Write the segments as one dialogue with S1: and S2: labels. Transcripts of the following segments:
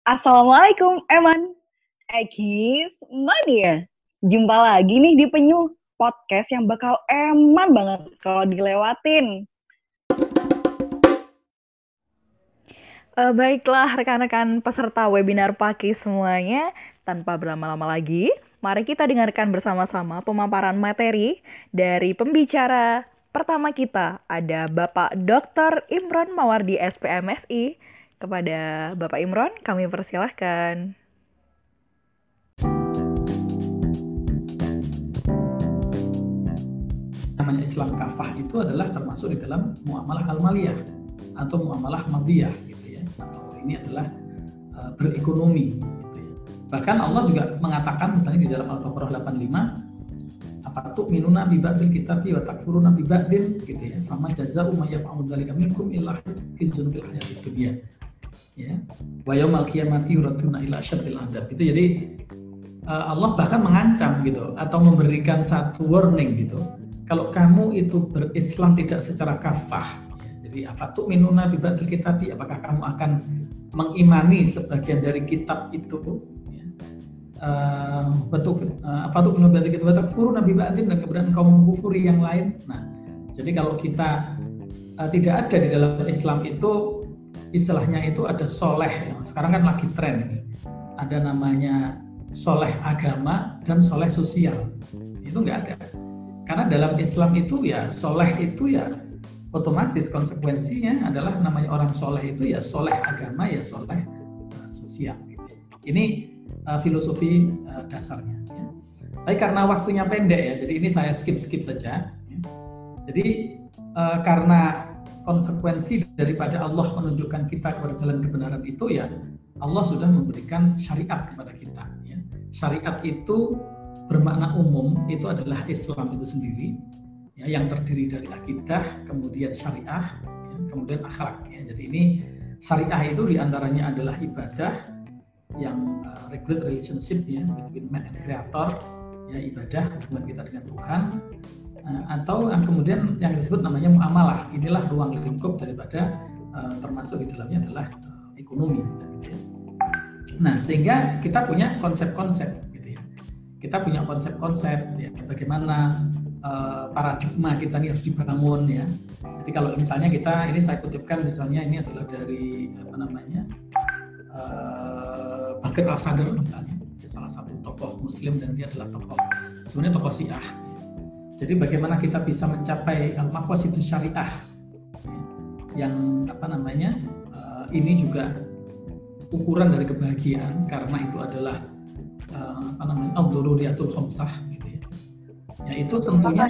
S1: Assalamualaikum, Eman. Ekis Mania. Jumpa lagi nih di Penyu, podcast yang bakal eman banget kalau dilewatin. Baiklah rekan-rekan peserta webinar Paki semuanya, tanpa berlama-lama lagi, mari kita dengarkan bersama-sama pemaparan materi dari pembicara pertama kita. Ada Bapak Dr. Imron Mawardi SPMSI. Kepada Bapak Imron, kami persilahkan.
S2: Namanya Islam kafah itu adalah termasuk di dalam muamalah al-maliyah atau muamalah madiyah gitu ya, atau ini adalah berekonomi gitu ya. Bahkan Allah juga mengatakan misalnya di dalam Al-Baqarah 85, afatu'minuna bi ba'dil kitabi wa takfuruna bi ba'din gitu ya, fama jazaa'u may yaf'alu dzalika minkum illa khizyun fil hayatid dunya ya, wa yaumal qiyamati yuraduna ila asyaddil adzab. Itu jadi Allah bahkan mengancam gitu atau memberikan satu warning gitu. Kalau kamu itu berislam tidak secara kafah, ya, jadi afatu'minuna bi ba'dil kitabi, apakah kamu akan mengimani sebagian dari kitab itu, ya. Afatu'minuna bi ba'dil kitabi wa takfuruna bi ba'din, dan kemudian engkau mengkufuri yang lain. Nah, jadi kalau kita tidak ada di dalam Islam itu istilahnya itu ada soleh, ya. Sekarang kan lagi tren ini, ada namanya soleh agama dan soleh sosial. Itu nggak ada. Karena dalam Islam itu ya soleh itu ya otomatis konsekuensinya adalah namanya orang soleh itu ya soleh agama ya soleh sosial. Gitu. Ini filosofi dasarnya. Ya. Tapi karena waktunya pendek ya, jadi ini saya skip saja. Ya. Jadi karena konsekuensi daripada Allah menunjukkan kita kepada jalan kebenaran itu ya Allah sudah memberikan syariat kepada kita. Ya. Syariat itu bermakna umum, itu adalah Islam itu sendiri ya, yang terdiri dari akidah, kemudian syariah, ya, kemudian akhlak ya. Jadi ini syariah itu diantaranya adalah ibadah yang regulate relationship ya between man and creator ya, ibadah hubungan kita dengan Tuhan, atau yang kemudian yang disebut namanya muamalah. Inilah ruang lingkup daripada termasuk di dalamnya adalah ekonomi gitu ya. Nah, sehingga kita punya konsep-konsep. Kita punya konsep-konsep ya, bagaimana paradigma kita ini harus dibangun ya. Jadi kalau misalnya kita, ini saya kutipkan misalnya ini adalah dari apa namanya Bagir Al-Sadr misalnya, ya, salah satu tokoh Muslim dan dia adalah tokoh sebenarnya tokoh Syiah. Jadi bagaimana kita bisa mencapai al-maqasidus syariah ya, yang apa namanya ini juga ukuran dari kebahagiaan karena itu adalah apa namanya al-dzururiyatul khamsah gitu ya. Yaitu tentunya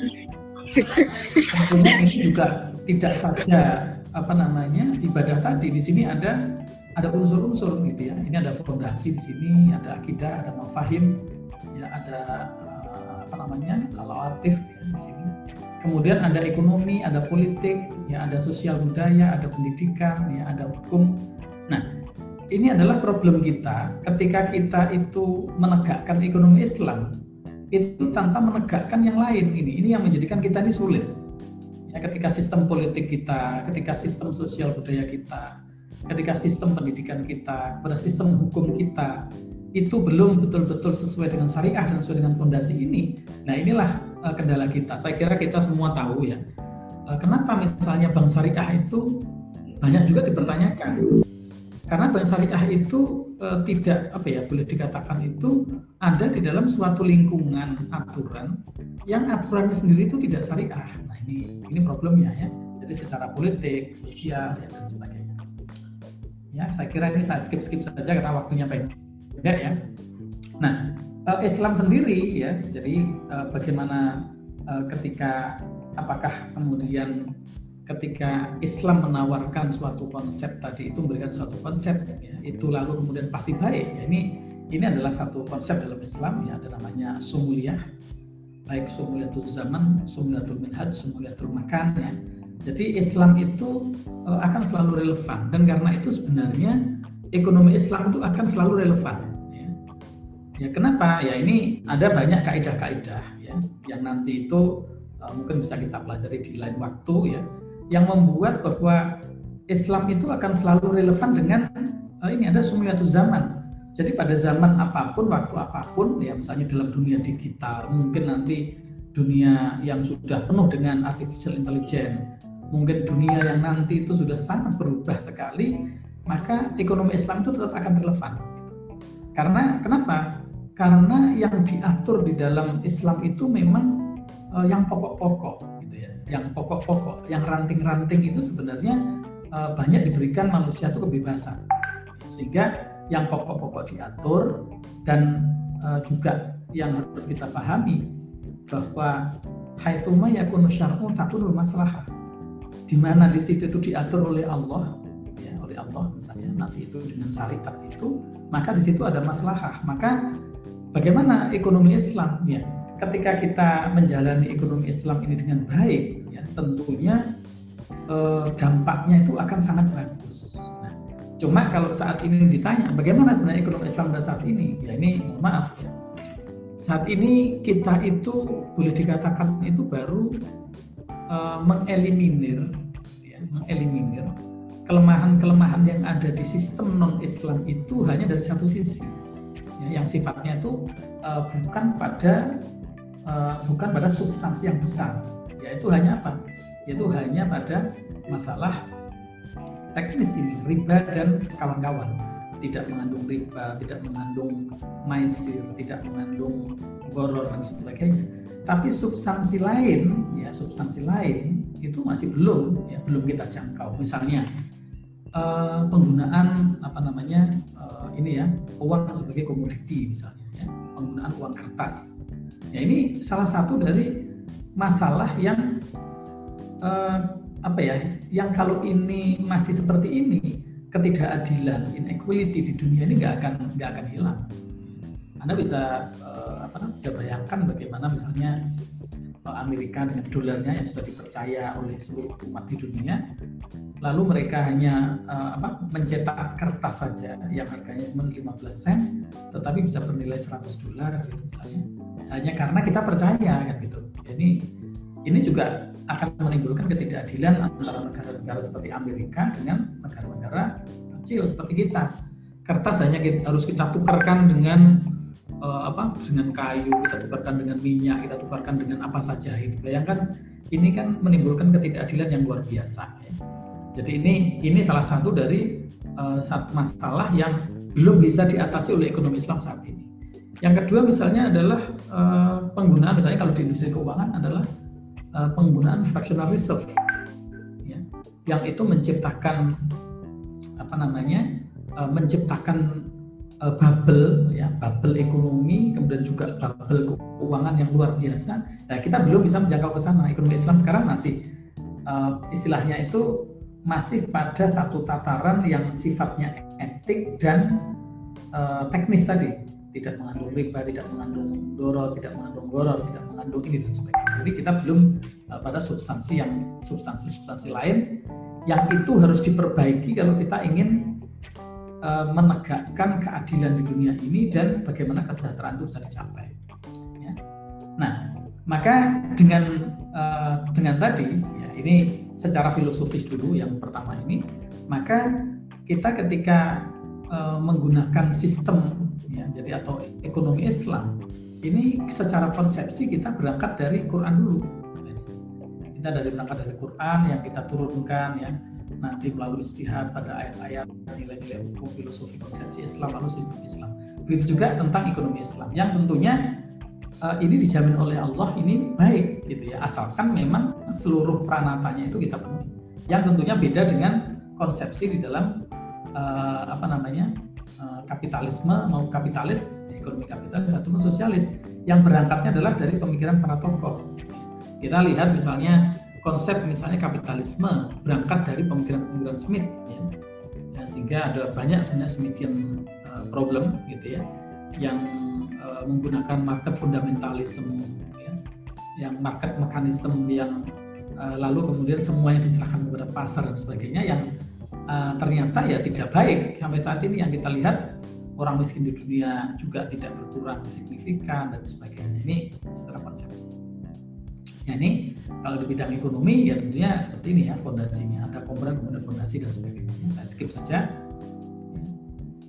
S2: ini juga tidak saja apa namanya ibadah tadi, di sini ada unsur-unsur gitu ya. Ini ada fondasi di sini, ada akidah, ada mafahim, ya ada apa namanya al-awatif ya, di sini. Kemudian ada ekonomi, ada politik, ya ada sosial budaya, ada pendidikan, ya ada hukum. Nah, ini adalah problem kita ketika kita itu menegakkan ekonomi Islam itu tanpa menegakkan yang lain. Ini yang menjadikan kita ini sulit. Ya, ketika sistem politik kita, ketika sistem sosial budaya kita, ketika sistem pendidikan kita, kepada sistem hukum kita itu belum betul-betul sesuai dengan syariah dan sesuai dengan fondasi ini. Nah, inilah kendala kita. Saya kira kita semua tahu ya. Kenapa misalnya bank syariah itu banyak juga dipertanyakan. Karena bank syariah itu tidak apa ya boleh dikatakan itu ada di dalam suatu lingkungan aturan yang aturannya sendiri itu tidak syariah. Nah ini problemnya ya. Jadi secara politik, sosial ya, dan sebagainya. Ya saya kira ini saya skip saja karena waktunya pendek ya. Nah Islam sendiri ya. Jadi bagaimana ketika apakah kemudian ketika Islam menawarkan suatu konsep tadi itu memberikan suatu konsep ya, itu lalu kemudian pasti baik ya, ini adalah satu konsep dalam Islam ya, ada namanya sumuliyah, baik sumuliyatul zaman, sumuliyatul minhaj, sumuliyatul makan ya. Jadi Islam itu akan selalu relevan dan karena itu sebenarnya ekonomi Islam itu akan selalu relevan ya. Ya kenapa? Ya ini ada banyak kaidah-kaidah ya yang nanti itu mungkin bisa kita pelajari di lain waktu ya, yang membuat bahwa Islam itu akan selalu relevan dengan ini ada sumiyatuz zaman. Jadi pada zaman apapun, waktu apapun, ya misalnya dalam dunia digital, mungkin nanti dunia yang sudah penuh dengan artificial intelligence, mungkin dunia yang nanti itu sudah sangat berubah sekali, maka ekonomi Islam itu tetap akan relevan. Karena kenapa? Karena yang diatur di dalam Islam itu memang yang pokok-pokok, gitu ya. Yang pokok-pokok, yang ranting-ranting itu sebenarnya banyak diberikan manusia itu kebebasan, sehingga yang pokok-pokok diatur. Dan juga yang harus kita pahami bahwa haitsuma yakunu syar'u takunul maslahah, di mana di situ itu diatur oleh Allah, ya, oleh Allah misalnya nanti itu dengan syariat itu, maka di situ ada maslahah. Maka bagaimana ekonomi Islam, ya, ketika kita menjalani ekonomi Islam ini dengan baik, ya, tentunya dampaknya itu akan sangat bagus. Nah, cuma kalau saat ini ditanya bagaimana sebenarnya ekonomi Islam pada saat ini, ya ini mohon maaf ya, saat ini kita itu boleh dikatakan itu baru mengeliminir kelemahan-kelemahan yang ada di sistem non-Islam itu hanya dari satu sisi, ya, yang sifatnya itu bukan pada substansi yang besar, yaitu hanya apa? Yaitu hanya pada masalah teknis ini, riba dan kawan-kawan. Tidak mengandung riba, tidak mengandung maisir, tidak mengandung gharar dan sebagainya. Tapi substansi lain itu masih belum kita jangkau. Misalnya penggunaan uang sebagai komoditi misalnya, ya, penggunaan uang kertas. Ya, ini salah satu dari masalah yang yang kalau ini masih seperti ini, ketidakadilan, inequality di dunia ini nggak akan hilang. Anda bisa bayangkan bagaimana misalnya Amerika dengan dolarnya yang sudah dipercaya oleh seluruh umat di dunia, lalu mereka hanya mencetak kertas saja yang harganya cuma 15 sen, tetapi bisa bernilai $100 gitu misalnya, hanya karena kita percaya kan gitu. Jadi ini juga akan menimbulkan ketidakadilan antara negara-negara seperti Amerika dengan negara-negara kecil seperti kita. Kertas hanya harus kita tukarkan dengan dengan kayu, kita tukarkan dengan minyak, kita tukarkan dengan apa saja itu. Bayangkan, ini kan menimbulkan ketidakadilan yang luar biasa, ya. Jadi ini salah satu dari masalah yang belum bisa diatasi oleh ekonomi Islam saat ini. Yang kedua misalnya adalah penggunaan, misalnya kalau di industri keuangan adalah penggunaan fractional reserve, ya, yang itu menciptakan bubble ekonomi, kemudian juga bubble keuangan yang luar biasa. Nah, kita belum bisa menjangkau ke sana. Ekonomi Islam sekarang masih istilahnya itu masih pada satu tataran yang sifatnya etik dan teknis tadi, tidak mengandung riba, tidak mengandung doror, tidak mengandung goror, tidak mengandung ini dan sebagainya. Jadi kita belum pada substansi lain yang itu harus diperbaiki kalau kita ingin menegakkan keadilan di dunia ini dan bagaimana kesejahteraan itu bisa dicapai. Ya. Nah, maka dengan tadi, ya, ini secara filosofis dulu yang pertama ini, maka kita ketika menggunakan sistem, ya, jadi atau ekonomi Islam ini secara konsepsi kita berangkat dari Quran dulu. Kita berangkat dari Quran yang kita turunkan, ya, nanti melalui ijtihad pada ayat-ayat nilai-nilai hukum, filosofi, konsepsi Islam, lalu sistem Islam. Begitu juga tentang ekonomi Islam yang tentunya ini dijamin oleh Allah ini baik gitu ya, asalkan memang seluruh peranatanya itu kita penuhi. Yang tentunya beda dengan konsepsi di dalam kapitalisme, mau kapitalis, ekonomi kapitalis ataupun sosialis, yang berangkatnya adalah dari pemikiran para tokoh. Kita lihat misalnya konsep misalnya kapitalisme berangkat dari pemikiran Smith, ya, sehingga ada banyak sebenarnya Smithian problem gitu ya, yang menggunakan market fundamentalism, ya, yang market mekanisme yang lalu kemudian semuanya diserahkan kepada pasar dan sebagainya, yang ternyata ya tidak baik sampai saat ini. Yang kita lihat orang miskin di dunia juga tidak berkurang signifikan dan sebagainya. Ini secara konsepsi. Ya, ini kalau di bidang ekonomi ya tentunya seperti ini ya fondasinya, ada komponen fondasi dan sebagainya. Saya skip saja.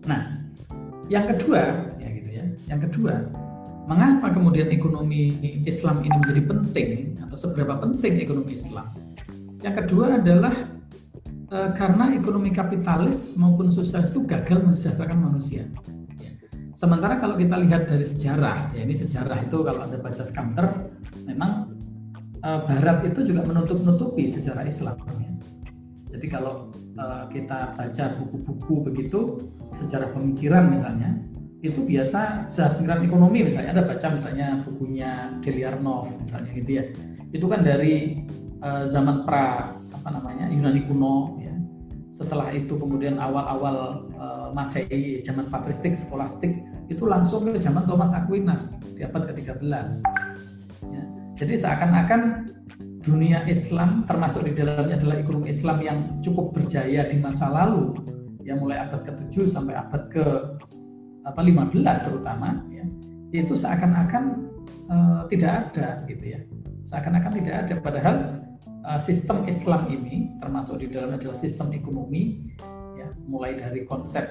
S2: Nah, yang kedua, ya gitu ya. Yang kedua, mengapa kemudian ekonomi Islam ini menjadi penting atau seberapa penting ekonomi Islam? Yang kedua adalah karena ekonomi kapitalis maupun sosialis itu gagal mensejahterakan manusia. Sementara kalau kita lihat dari sejarah, ya ini sejarah itu kalau Anda baca Skamter, memang Barat itu juga menutup-nutupi sejarah Islam. Ya. Jadi kalau kita baca buku-buku begitu, sejarah pemikiran misalnya, itu biasa sejarah pemikiran ekonomi misalnya, Anda baca misalnya bukunya Deliarnov misalnya gitu ya. Itu kan dari zaman Yunani kuno ya. Setelah itu kemudian awal-awal Masehi, zaman patristik, skolastik, itu langsung ke zaman Thomas Aquinas di abad ke-13. Ya. Jadi seakan-akan dunia Islam termasuk di dalamnya adalah ekonomi Islam yang cukup berjaya di masa lalu, yang mulai abad ke-7 sampai abad ke-15 terutama, ya, itu seakan-akan tidak ada gitu ya. Seakan-akan tidak ada, padahal sistem Islam ini termasuk di dalamnya adalah sistem ekonomi, ya, mulai dari konsep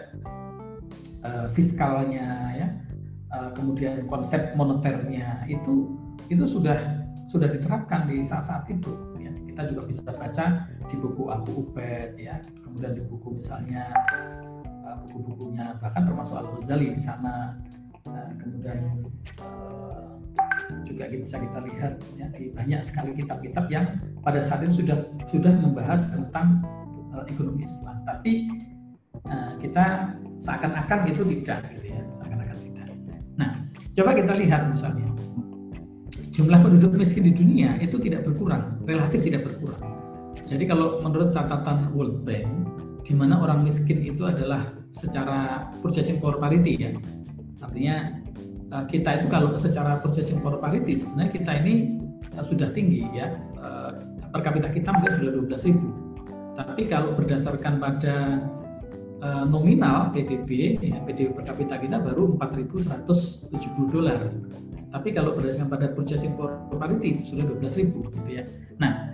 S2: fiskalnya, ya, kemudian konsep moneternya itu sudah diterapkan di saat-saat itu. Ya. Kita juga bisa baca di buku Abu Ubaid, ya, kemudian di buku misalnya buku-bukunya bahkan termasuk Al-Ghazali di sana, kemudian juga bisa kita lihat ya, di banyak sekali kitab-kitab yang pada saat itu sudah membahas tentang ekonomi Islam. Tapi kita seakan-akan itu tidak, gitu ya, seakan-akan tidak. Nah, coba kita lihat misalnya jumlah penduduk miskin di dunia itu tidak berkurang, relatif tidak berkurang. Jadi kalau menurut catatan World Bank, di mana orang miskin itu adalah secara purchasing power parity, ya, artinya kita itu kalau secara purchasing power parity sebenarnya kita ini sudah tinggi, ya, per kapita kita mungkin sudah 12.000. Tapi kalau berdasarkan pada nominal PDB, ya, PDB per kapita kita baru $4.170. Tapi kalau berdasarkan pada purchasing power parity itu sudah 12.000 gitu ya. Nah,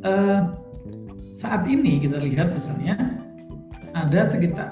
S2: saat ini kita lihat misalnya ada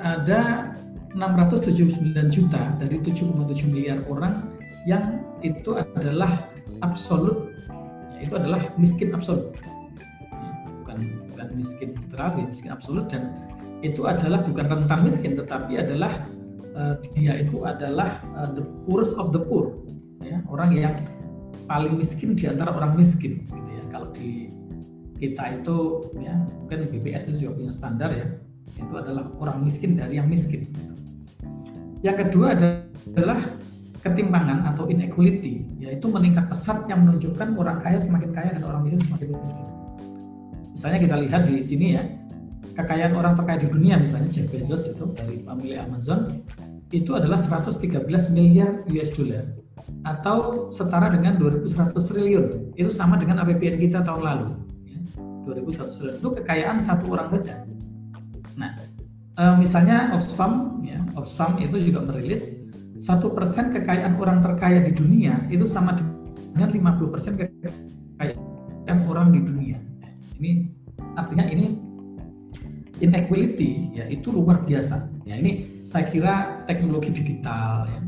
S2: 679 juta dari 7,7 miliar orang yang itu adalah absolut, ya, itu adalah miskin absolut, ya, bukan miskin terapi, miskin absolut, dan itu adalah bukan rentan miskin, tetapi adalah dia itu adalah the poorest of the poor, ya, orang yang paling miskin di antara orang miskin, gitu ya. Kalau di kita itu, ya, mungkin BPS itu juga punya standar, ya, itu adalah orang miskin dari yang miskin. Yang kedua adalah ketimpangan atau inequality, yaitu meningkat pesat yang menunjukkan orang kaya semakin kaya dan orang miskin semakin miskin. Misalnya kita lihat di sini, ya, kekayaan orang terkaya di dunia, misalnya Jeff Bezos itu dari pemilik Amazon, itu adalah 113 miliar US dollar atau setara dengan 2.100 triliun. Itu sama dengan APBN kita tahun lalu, ya, 2.100 triliun. Itu kekayaan satu orang saja. Nah, misalnya Oxfam, ya, Oxfam itu juga merilis 1% kekayaan orang terkaya di dunia itu sama dengan 50% kekayaan orang di dunia. Ini artinya ini inequality, ya, itu luar biasa. Ya, ini saya kira teknologi digital, ya,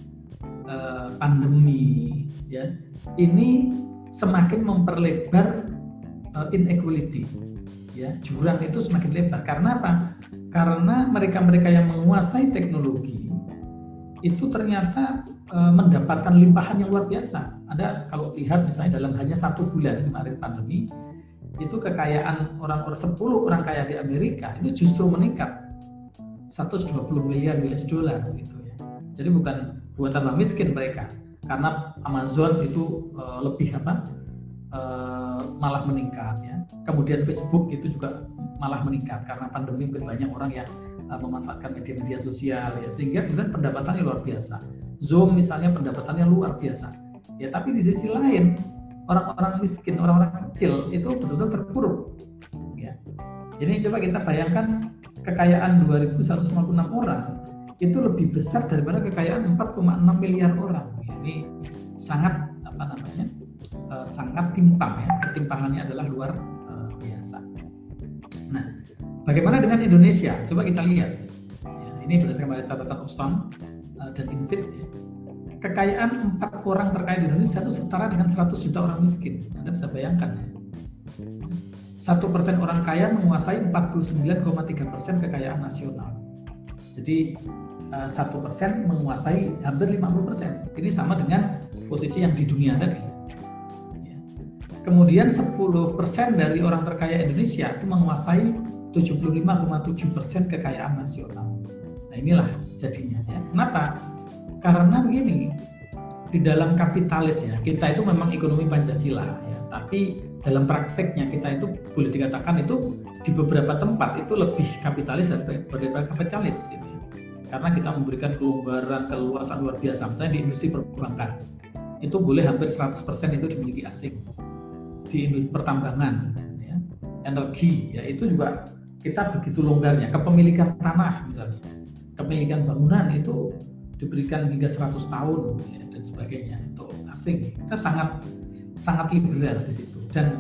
S2: pandemi, ya, ini semakin memperlebar inequality, ya, jurang itu semakin lebar. Karena apa? Karena mereka-mereka yang menguasai teknologi itu ternyata mendapatkan limpahan yang luar biasa. Anda kalau lihat misalnya dalam hanya 1 bulan kemarin pandemi, itu kekayaan 10 orang kaya di Amerika itu justru meningkat 120 miliar US dollar gitu ya. Jadi bukan tambah miskin mereka, karena Amazon itu malah meningkat, ya. Kemudian Facebook itu juga malah meningkat karena pandemi, mungkin banyak orang yang memanfaatkan media-media sosial, ya, sehingga kemudian pendapatannya luar biasa. Zoom misalnya pendapatannya luar biasa. Ya, tapi di sisi lain orang-orang miskin, orang-orang kecil itu betul-betul terpuruk. Ya. Jadi coba kita bayangkan kekayaan 2.156 orang itu lebih besar daripada kekayaan 4,6 miliar orang. Ini sangat sangat timpang, ya. Ketimpangannya adalah luar biasa. Nah, bagaimana dengan Indonesia? Coba kita lihat. Ya, ini berdasarkan pada catatan Oxfam dan Infit ya. Kekayaan 4 orang terkaya di Indonesia itu setara dengan 100 juta orang miskin. Anda bisa bayangkan ya. 1% orang kaya menguasai 49,3% kekayaan nasional. Jadi 1% menguasai hampir 50%. Ini sama dengan posisi yang di dunia tadi. Ya. Kemudian 10% dari orang terkaya Indonesia itu menguasai 75,7% kekayaan nasional. Nah inilah jadinya ya. Kenapa? Karena begini, di dalam kapitalis ya, kita itu memang ekonomi Pancasila ya, tapi dalam prakteknya kita itu boleh dikatakan itu di beberapa tempat itu lebih kapitalis daripada kapitalis gitu ya. Karena kita memberikan kelonggaran, keluasan luar biasa. Misalnya di industri perbankan, itu boleh hampir 100% itu dimiliki asing. Di industri pertambangan, ya, energi, ya itu juga kita begitu longgarnya. Kepemilikan tanah misalnya, kepemilikan bangunan itu diberikan hingga 100 tahun ya, dan sebagainya untuk asing. Kita sangat liberal di situ. Dan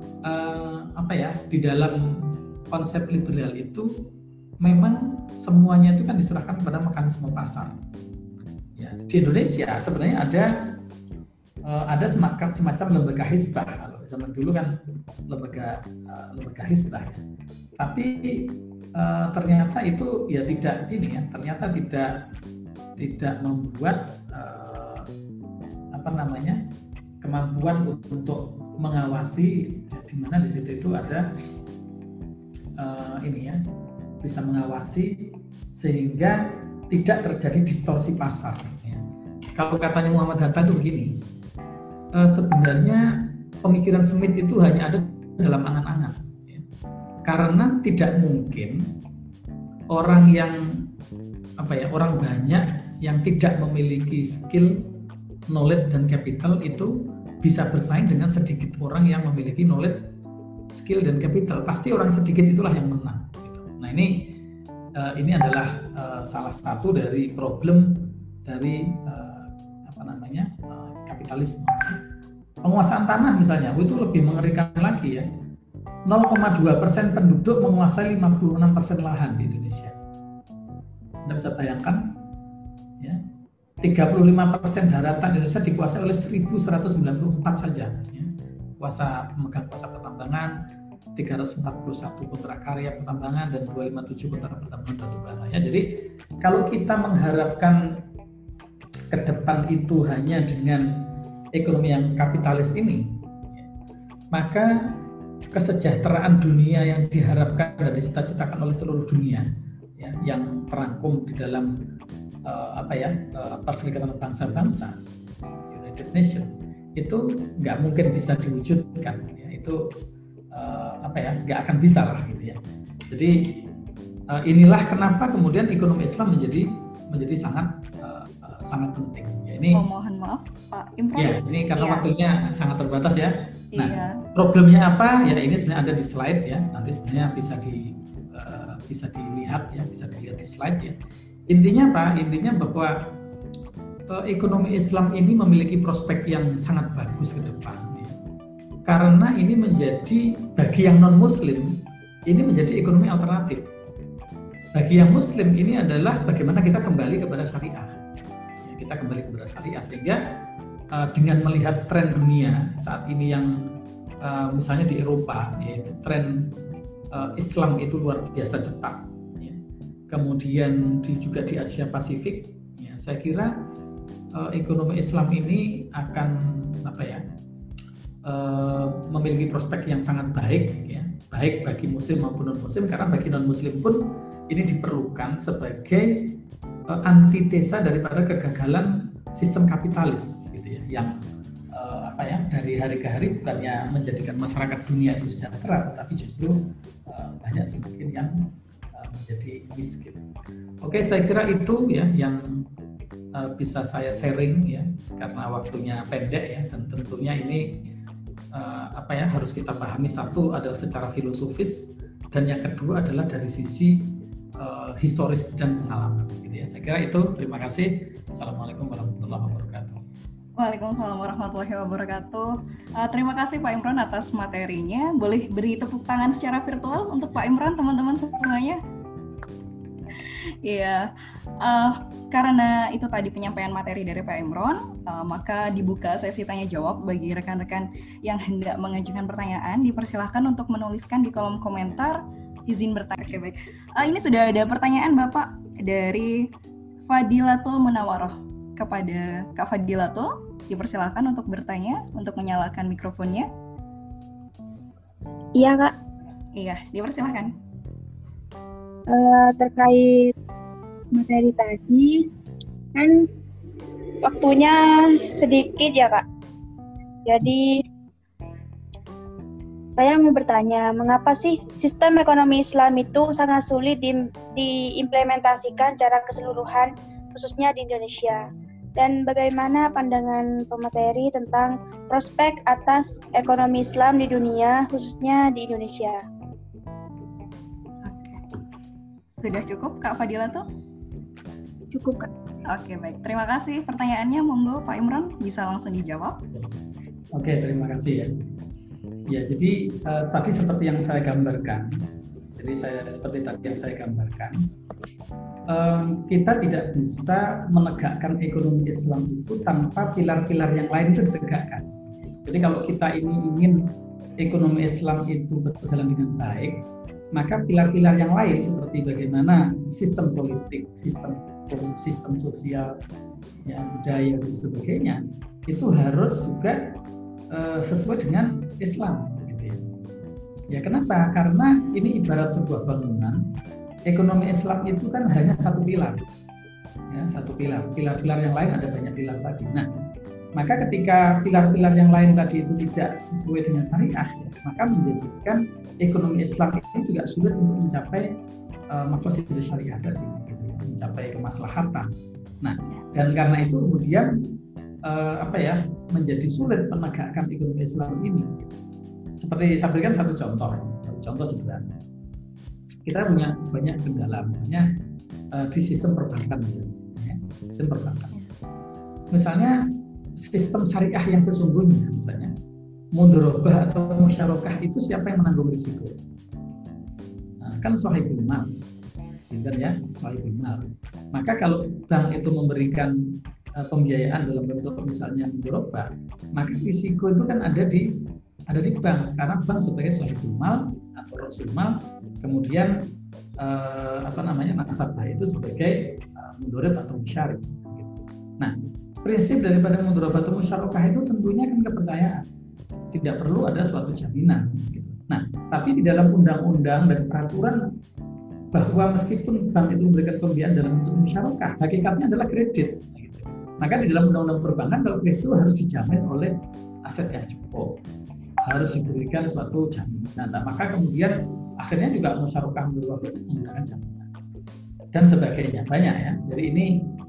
S2: di dalam konsep liberal itu memang semuanya itu kan diserahkan pada mekanisme pasar. Ya, di Indonesia sebenarnya ada semacam lembaga hisbah. Kalau zaman dulu kan lembaga hisbah ya. Tapi ternyata itu ya ternyata tidak membuat kemampuan untuk mengawasi, di mana di situ itu ada bisa mengawasi sehingga tidak terjadi distorsi pasar. Ya. Kalau katanya Muhammad Hatta itu begini, sebenarnya pemikiran Smith itu hanya ada dalam angan-angan, ya. Karena tidak mungkin orang banyak yang tidak memiliki skill, knowledge dan capital itu bisa bersaing dengan sedikit orang yang memiliki knowledge, skill dan capital. Pasti orang sedikit itulah yang menang. Gitu. Nah ini adalah salah satu dari problem dari kapitalisme. Penguasaan tanah misalnya itu lebih mengerikan lagi ya. 0,2% penduduk menguasai 56% lahan di Indonesia. Anda bisa bayangkan, ya, 35% daratan Indonesia dikuasai oleh 1.194 saja. Ya. Pemegang kuasa pertambangan, 341 kontrak karya pertambangan dan 257 kontrak pertambangan batubara. Ya, jadi kalau kita mengharapkan ke depan itu hanya dengan ekonomi yang kapitalis ini, ya, maka kesejahteraan dunia yang diharapkan dan dicita-citakan oleh seluruh dunia, ya, yang terangkum di dalam Perserikatan Bangsa-Bangsa, United Nations, itu nggak mungkin bisa diwujudkan. Ya, itu nggak akan bisa lah gitu ya. Jadi inilah kenapa kemudian ekonomi Islam menjadi sangat penting. Ya, ini.
S1: Mohon maaf, Pak Imran.
S2: Ya, ini karena waktunya sangat terbatas ya. Nah,
S1: iya.
S2: Problemnya apa? Ya ini sebenarnya ada di slide ya. Nanti sebenarnya bisa dilihat di slide ya. Intinya apa? Intinya bahwa ekonomi Islam ini memiliki prospek yang sangat bagus ke depan. Ya. Karena ini menjadi bagi yang non Muslim ini menjadi ekonomi alternatif. Bagi yang Muslim ini adalah bagaimana kita kembali kepada syariah. Ya, kita kembali kepada syariah sehingga dengan melihat tren dunia saat ini yang misalnya di Eropa, yaitu tren Islam itu luar biasa cepat, ya. Kemudian juga di Asia Pasifik, ya, saya kira ekonomi Islam ini akan memiliki prospek yang sangat baik, ya, baik bagi Muslim maupun non Muslim, karena bagi non Muslim pun ini diperlukan sebagai antitesa daripada kegagalan sistem kapitalis, gitu ya, yang dari hari ke hari bukannya menjadikan masyarakat dunia itu sejahtera, tapi justru banyak semakin yang menjadi miskin. Oke, saya kira itu ya yang bisa saya sharing ya, karena waktunya pendek ya, dan tentunya ini harus kita pahami. Satu adalah secara filosofis, dan yang kedua adalah dari sisi historis dan pengalaman. Gitu ya. Saya kira itu. Terima kasih. Assalamualaikum warahmatullahi wabarakatuh.
S1: Waalaikumsalam warahmatullahi wabarakatuh. Terima kasih Pak Imran atas materinya. Boleh beri tepuk tangan secara virtual untuk Pak Imran, teman-teman semuanya.
S3: Iya, uh, karena itu tadi penyampaian materi dari Pak Imron, maka dibuka sesi tanya jawab bagi rekan-rekan yang hendak mengajukan pertanyaan. Dipersilahkan untuk menuliskan di kolom komentar izin bertanya. Oke, baik. Ini sudah ada pertanyaan Bapak dari Fadilatul Munawaroh. Kepada Kak Fadilatul, dipersilahkan untuk bertanya, untuk menyalakan mikrofonnya.
S4: Iya, Kak.
S3: Iya, dipersilahkan.
S4: Terkait materi tadi, kan waktunya sedikit ya, Kak. Jadi, saya mau bertanya, mengapa sih sistem ekonomi Islam itu sangat sulit diimplementasikan secara keseluruhan, khususnya di Indonesia? Dan bagaimana pandangan pemateri tentang prospek atas ekonomi Islam di dunia, khususnya di Indonesia?
S3: Sudah cukup, Kak Fadila tuh?
S4: Cukup, Kak.
S3: Oke, baik. Terima kasih pertanyaannya. Monggo Pak Imron bisa langsung dijawab.
S2: Oke, terima kasih ya. Ya, jadi tadi seperti yang saya gambarkan. Seperti tadi yang saya gambarkan. Kita tidak bisa menegakkan ekonomi Islam itu tanpa pilar-pilar yang lain itu ditegakkan. Jadi kalau kita ini ingin ekonomi Islam itu berjalan dengan baik, maka pilar-pilar yang lain seperti bagaimana sistem politik, sistem hukum, sistem sosial, ya, budaya dan sebagainya itu harus juga sesuai dengan Islam. Gitu ya. Ya, kenapa? Karena ini ibarat sebuah bangunan. Ekonomi Islam itu kan hanya satu pilar, ya, satu pilar. Pilar-pilar yang lain ada banyak pilar tadi. Nah, maka ketika pilar-pilar yang lain tadi itu tidak sesuai dengan syariah, ya, maka menjadikan ekonomi Islam ini juga sulit untuk mencapai maqasid syariah tadi, gitu, ya, mencapai kemaslahatan. Nah, dan karena itu kemudian menjadi sulit menegakkan ekonomi Islam ini. Seperti saya berikan satu contoh sederhana. Kita punya banyak kendala, misalnya di sistem perbankan misalnya, ya, sistem perbankan. Misalnya sistem syariah yang sesungguhnya, misalnya mudharabah atau musyarakah itu siapa yang menanggung risiko? Nah, kan shahibul mal, ya, shahibul mal. Maka kalau bank itu memberikan pembiayaan dalam bentuk misalnya mudharabah, maka risiko itu kan ada di bank, karena bank sebagai shahibul mal atau rasul mal, kemudian nasabah itu sebagai mudharib atau musyarik. Nah, prinsip daripada mudharabah atau musyarakah itu tentunya kan kepercayaan, tidak perlu ada suatu jaminan. Gitu. Nah, tapi di dalam undang-undang dan peraturan bahwa meskipun bank itu memberikan pembiayaan dalam bentuk musyarakah, hakikatnya adalah kredit. Gitu. Maka di dalam undang-undang perbankan kalau kredit itu harus dijamin oleh aset yang cukup, harus diberikan suatu jaminan. Nah, maka kemudian akhirnya juga musyarakah menggunakan jaminan dan sebagainya, banyak ya. Jadi ini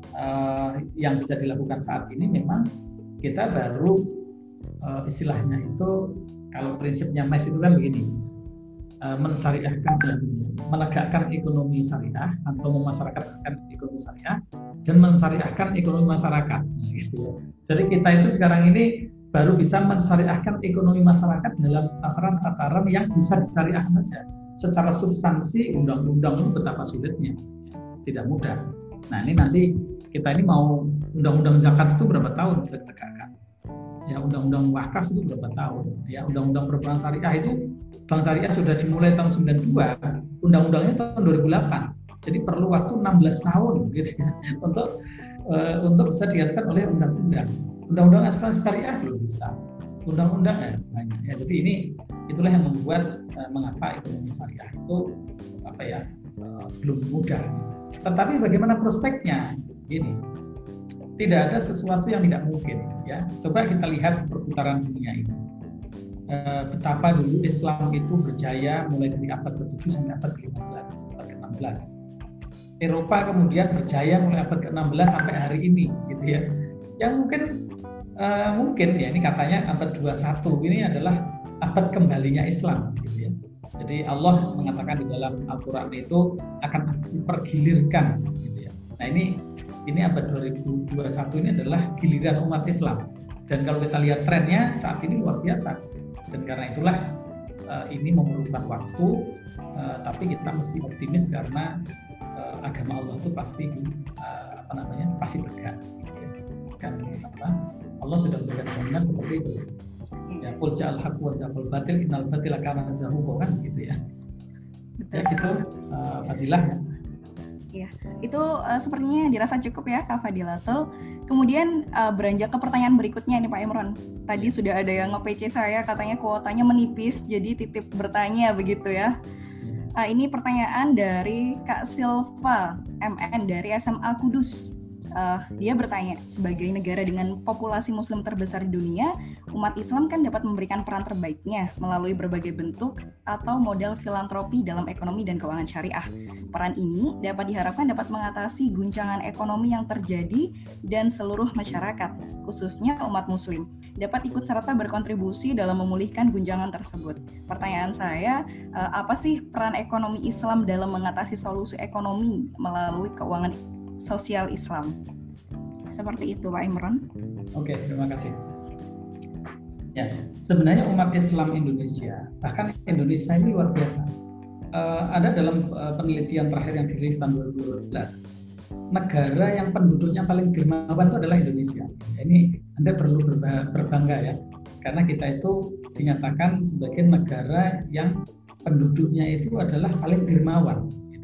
S2: yang bisa dilakukan saat ini memang kita baru istilahnya itu, kalau prinsipnya MES itu kan begini, mensyariahkan dan menegakkan ekonomi syariah atau memasyarakatkan ekonomi syariah dan mensyariahkan ekonomi masyarakat. Nah, gitu ya. Jadi kita itu sekarang ini baru bisa mensyariahkan ekonomi masyarakat dalam tataran-tataran yang bisa disyariahkan saja. Secara substansi undang-undang itu betapa sulitnya, tidak mudah. Nah, ini nanti kita ini mau undang-undang zakat itu berapa tahun bisa ditegakkan? Ya, undang-undang wakaf itu berapa tahun? Ya, undang-undang perbankan syariah itu bank syariah sudah dimulai tahun 92, undang-undangnya tahun 2008. Jadi perlu waktu 16 tahun gitu ya, untuk bisa diatur oleh undang-undang. Undang-undang asuransi syariah belum bisa. Undang-undang banyak. Ya, jadi itulah yang membuat mengapa ekonomi syariah itu belum mudah. Tetapi bagaimana prospeknya? Gini, tidak ada sesuatu yang tidak mungkin. Ya, coba kita lihat perputaran dunia ini. Betapa dulu Islam itu berjaya mulai dari abad ke-7 sampai abad ke-15, abad ke-16. Eropa kemudian berjaya mulai abad ke-16 sampai hari ini, gitu ya. Yang mungkin ya, ini katanya abad 21 ini adalah abad kembalinya Islam, gitu ya. Jadi Allah mengatakan di dalam Al-Quran itu akan dipergilirkan, gitu ya. Nah, ini abad 2021 ini adalah giliran umat Islam. Dan kalau kita lihat trennya saat ini luar biasa. Dan karena itulah ini memerlukan waktu, tapi kita mesti optimis karena agama Allah itu pasti pasti berkah. Kan Allah sudah memberikan jaminan seperti itu. Ya, qul ja'al haqq wa zahaqal batil innal batila kana zahuqa, kan gitu ya. Ya gitu, Fadilah ya.
S3: Iya, itu sepertinya dirasa cukup ya Kak Fadilatul. Kemudian beranjak ke pertanyaan berikutnya nih Pak Imron. Tadi sudah ada yang nge-PC saya, katanya kuotanya menipis, jadi titip bertanya begitu ya. Ini pertanyaan dari Kak Silva MN dari SMA Kudus. Dia bertanya, sebagai negara dengan populasi muslim terbesar di dunia, umat Islam kan dapat memberikan peran terbaiknya melalui berbagai bentuk atau model filantropi dalam ekonomi dan keuangan syariah. Peran ini dapat diharapkan dapat mengatasi guncangan ekonomi yang terjadi dan seluruh masyarakat, khususnya umat muslim, dapat ikut serta berkontribusi dalam memulihkan guncangan tersebut. Pertanyaan saya, apa sih peran ekonomi Islam dalam mengatasi solusi ekonomi melalui keuangan sosial Islam? Seperti itu Pak Imron.
S2: Oke, terima kasih. Ya, sebenarnya umat Islam Indonesia, bahkan Indonesia ini luar biasa. Ada dalam penelitian terakhir yang dirilis tahun 2012, negara yang penduduknya paling dermawan itu adalah Indonesia. Ini Anda perlu berbangga ya, karena kita itu dinyatakan sebagai negara yang penduduknya itu adalah paling dermawan.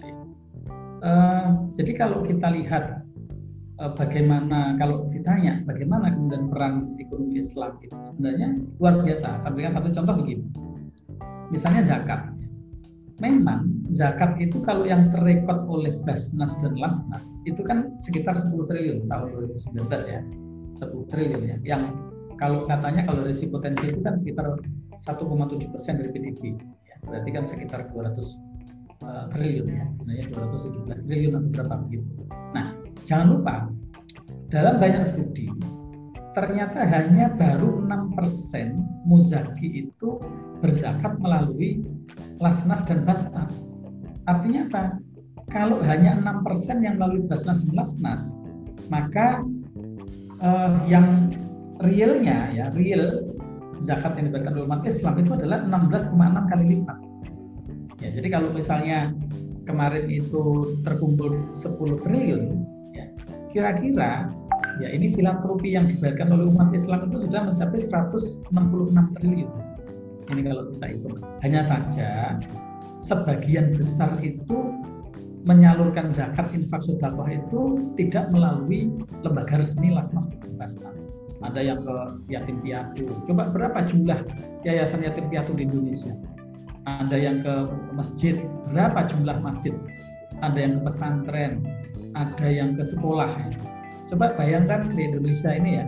S2: Jadi kalau kita lihat bagaimana, kalau ditanya bagaimana kemudian peran ekonomi Islam itu sebenarnya luar biasa. Saya berikan satu contoh begini, misalnya zakat. Memang zakat itu kalau yang terrekod oleh Basnas dan Lasnas itu kan sekitar 10 triliun tahun 2019 ya, 10 triliun ya. Yang kalau katanya kalau risiko potensi itu kan sekitar 1,7% dari PDB, ya, berarti kan sekitar 200 triliun ya, sebenarnya 217 triliun atau berapa begitu. Nah, jangan lupa dalam banyak studi ternyata hanya baru 6% muzaki itu berzakat melalui Lasnas dan Basnas. Artinya apa? Kalau hanya 6% yang melalui Basnas dan Lasnas, maka yang realnya ya, real zakat yang diberikan oleh umat Islam itu adalah 16,6 kali lipat. Ya, jadi kalau misalnya kemarin itu terkumpul 10 triliun, ya, kira-kira ya ini filantropi yang diberikan oleh umat Islam itu sudah mencapai 166 triliun. Ini kalau kita hitung. Hanya saja sebagian besar itu menyalurkan zakat infak sedekah itu tidak melalui lembaga resmi Lasmas dan Basnas. Ada yang ke yatim piatu. Coba berapa jumlah yayasan yatim piatu di Indonesia? Ada yang ke masjid, berapa jumlah masjid? Ada yang ke pesantren, ada yang ke sekolah. Coba bayangkan di Indonesia ini ya,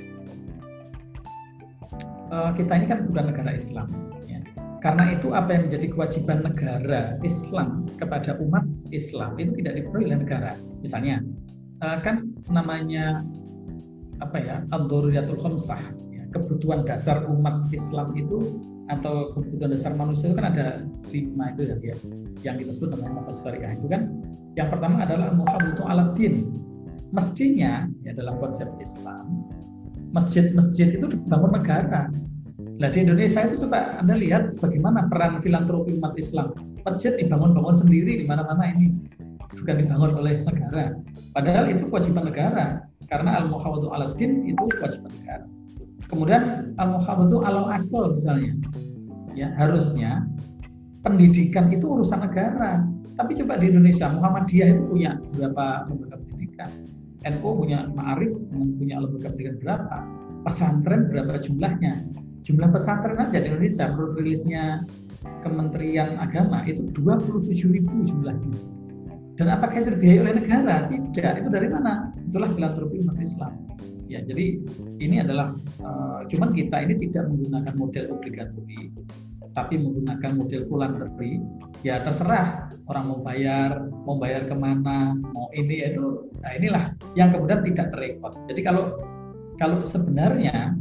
S2: kita ini kan bukan negara Islam. Ya. Karena itu apa yang menjadi kewajiban negara Islam kepada umat Islam itu tidak dipenuhi oleh negara. Misalnya, kan namanya apa ya, ad-daruriyatul khamsah, ya, kebutuhan dasar umat Islam itu atau kebutuhan dasar manusia itu kan ada 5 itu ya, yang kita sebut dengan maqasid syariah itu kan. Yang pertama adalah al-muhafadzatu 'alad din. Mestinya ya dalam konsep Islam masjid-masjid itu dibangun negara. Nah di Indonesia itu coba Anda lihat bagaimana peran filantropi umat Islam. Masjid dibangun-bangun sendiri di mana-mana, ini bukan dibangun oleh negara. Padahal itu kewajiban negara karena al-muhafadzatu 'alad din itu kewajiban negara. Kemudian al-muhafadzatu 'alal aql misalnya. Ya, harusnya pendidikan itu urusan negara. Tapi coba di Indonesia, Muhammadiyah itu punya berapa lembaga pendidikan? NU punya Ma'arif, punya lembaga pendidikan berapa? Pesantren berapa jumlahnya? Jumlah pesantren aja di Indonesia menurut rilisnya Kementerian Agama itu 27.000 jumlahnya. Dan apakah itu dibiayai oleh negara? Tidak. Itu dari mana? Itulah filantropi umat Islam. Ya, jadi ini adalah cuman kita ini tidak menggunakan model obligatori, tapi menggunakan model voluntary. Ya terserah orang mau bayar kemana, mau ini itu. Nah inilah yang kemudian tidak terekod. Jadi kalau sebenarnya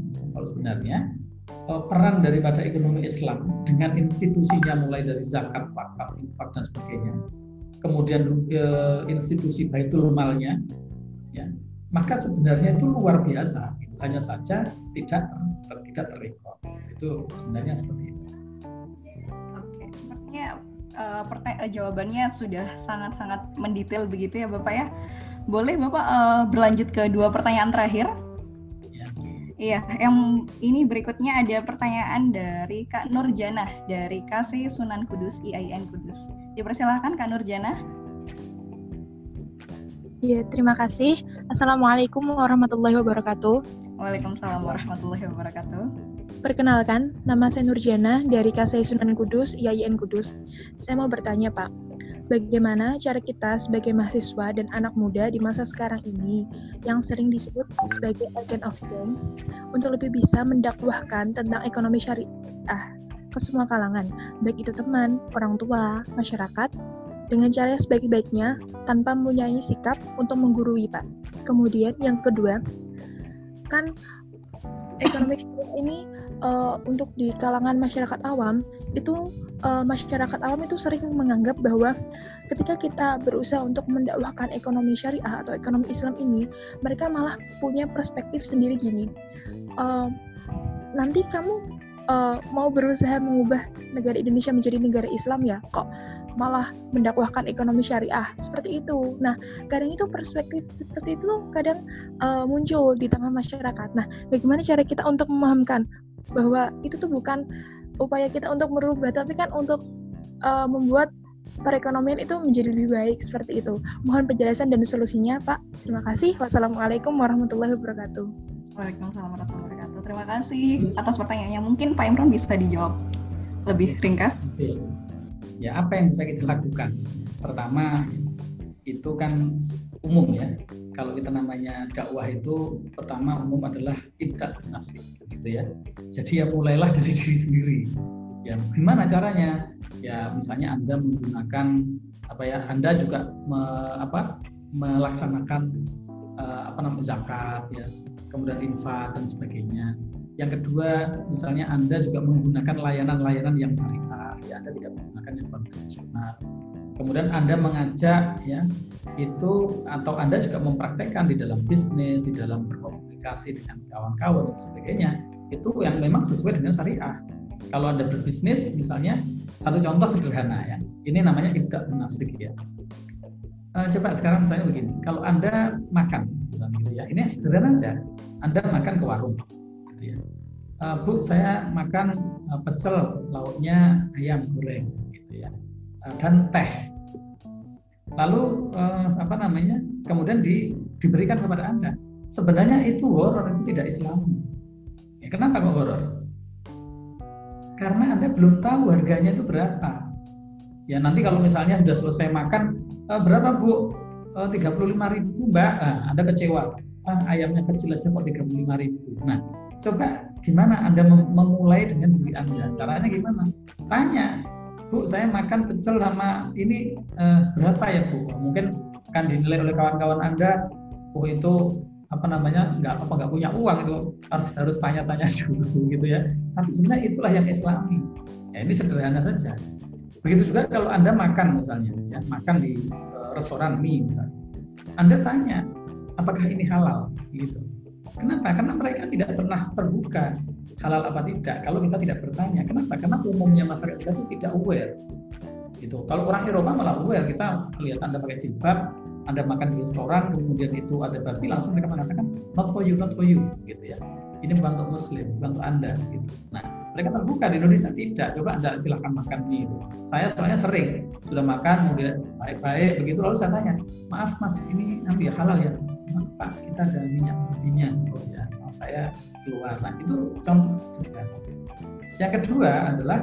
S2: peran daripada ekonomi Islam dengan institusinya mulai dari zakat, wakaf, infak dan sebagainya, kemudian institusi baitul malnya, ya, maka sebenarnya itu luar biasa. Hanya saja tidak terekod. Itu sebenarnya seperti itu.
S3: Oke, sepertinya jawabannya sudah sangat-sangat mendetail begitu ya Bapak ya. Boleh Bapak berlanjut ke 2 pertanyaan terakhir? Iya, yang ini berikutnya ada pertanyaan dari Kak Nurjanah dari KC Sunan Kudus IAIN Kudus. Dipersilahkan Kak Nurjanah.
S5: Ya, terima kasih. Assalamualaikum warahmatullahi wabarakatuh.
S3: Waalaikumsalam warahmatullahi wabarakatuh.
S5: Perkenalkan, nama saya Nurjana dari KC Sunan Kudus IAIN Kudus. Saya mau bertanya, Pak, bagaimana cara kita sebagai mahasiswa dan anak muda di masa sekarang ini yang sering disebut sebagai agent of change untuk lebih bisa mendakwahkan tentang ekonomi syariah ke semua kalangan, baik itu teman, orang tua, masyarakat, dengan cara sebaik-baiknya tanpa mempunyai sikap untuk menggurui, Pak. Kemudian yang kedua, kan ekonomi syariah ini untuk di kalangan masyarakat awam itu masyarakat awam itu sering menganggap bahwa ketika kita berusaha untuk mendakwahkan ekonomi syariah atau ekonomi Islam ini, mereka malah punya perspektif sendiri gini. Nanti kamu mau berusaha mengubah negara Indonesia menjadi negara Islam ya, kok malah mendakwahkan ekonomi syariah seperti itu. Nah, kadang itu perspektif seperti itu kadang muncul di tengah masyarakat. Nah, bagaimana cara kita untuk memahamkan bahwa itu tuh bukan upaya kita untuk merubah, tapi kan untuk membuat perekonomian itu menjadi lebih baik seperti itu. Mohon penjelasan dan solusinya, Pak. Terima kasih. Wassalamualaikum warahmatullahi wabarakatuh.
S3: Waalaikumsalam warahmatullahi wabarakatuh. Terima kasih atas pertanyaannya. Mungkin Pak Imron bisa dijawab lebih ringkas.
S2: Ya, apa yang bisa kita lakukan? Pertama, itu kan umum ya. Kalau kita namanya dakwah itu pertama umum adalah ibda nafsi, gitu ya. Jadi ya mulailah dari diri sendiri. Ya, gimana caranya? Ya, misalnya Anda menggunakan Anda juga melaksanakan zakat ya, kemudian infak dan sebagainya. Yang kedua, misalnya Anda juga menggunakan layanan-layanan yang syariah, ya Anda tidak menggunakan yang konvensional. Kemudian Anda mengajak ya itu, atau Anda juga mempraktekkan di dalam bisnis, di dalam berkomunikasi dengan kawan-kawan dan sebagainya, itu yang memang sesuai dengan syariah. Kalau Anda berbisnis, misalnya satu contoh sederhana ya, ini namanya ibda munafsik ya. Coba sekarang misalnya begini, kalau Anda makan misalnya gitu ya, ini sederhana aja, Anda makan ke warung gitu ya. Bu, saya makan pecel lauknya ayam goreng gitu ya, dan teh. Lalu kemudian diberikan kepada Anda. Sebenarnya itu horor, itu tidak Islami. Ya, kenapa kok horor? Karena Anda belum tahu harganya itu berapa. Ya, nanti kalau misalnya sudah selesai makan, berapa Bu? 35.000 Mbak. Anda kecewa. Ayamnya kecil aja kok 35.000. Nah, coba gimana Anda memulai dengan diri Anda? Caranya gimana? Tanya, Bu, saya makan pecel sama ini berapa ya Bu? Mungkin akan dinilai oleh kawan-kawan Anda, oh itu nggak punya uang, itu harus tanya-tanya dulu gitu ya. Tapi sebenarnya itulah yang Islami. Ya, ini sederhana saja. Begitu juga kalau Anda makan misalnya, ya, makan di restoran mie misalnya. Anda tanya, apakah ini halal? Gitu. Kenapa? Karena mereka tidak pernah terbuka halal apa tidak. Kalau kita tidak bertanya, kenapa? Karena umumnya masyarakat kita itu tidak aware. Gitu. Kalau orang Eropa malah aware, kita lihat Anda pakai jilbab, Anda makan di restoran, kemudian itu ada babi, langsung mereka mengatakan not for you, gitu ya. Ini bukan untuk Muslim, bukan untuk Anda. Gitu. Nah, mereka terbuka. Di Indonesia tidak. Coba Anda silahkan makan mie itu. Saya soalnya sering sudah makan, kemudian baik-baik begitu, lalu saya tanya, maaf Mas, ini halal ya? Pak, kita ada minyak babinya. Oh ya, maaf saya keluar. Nah, itu contoh sederhana. Yang kedua adalah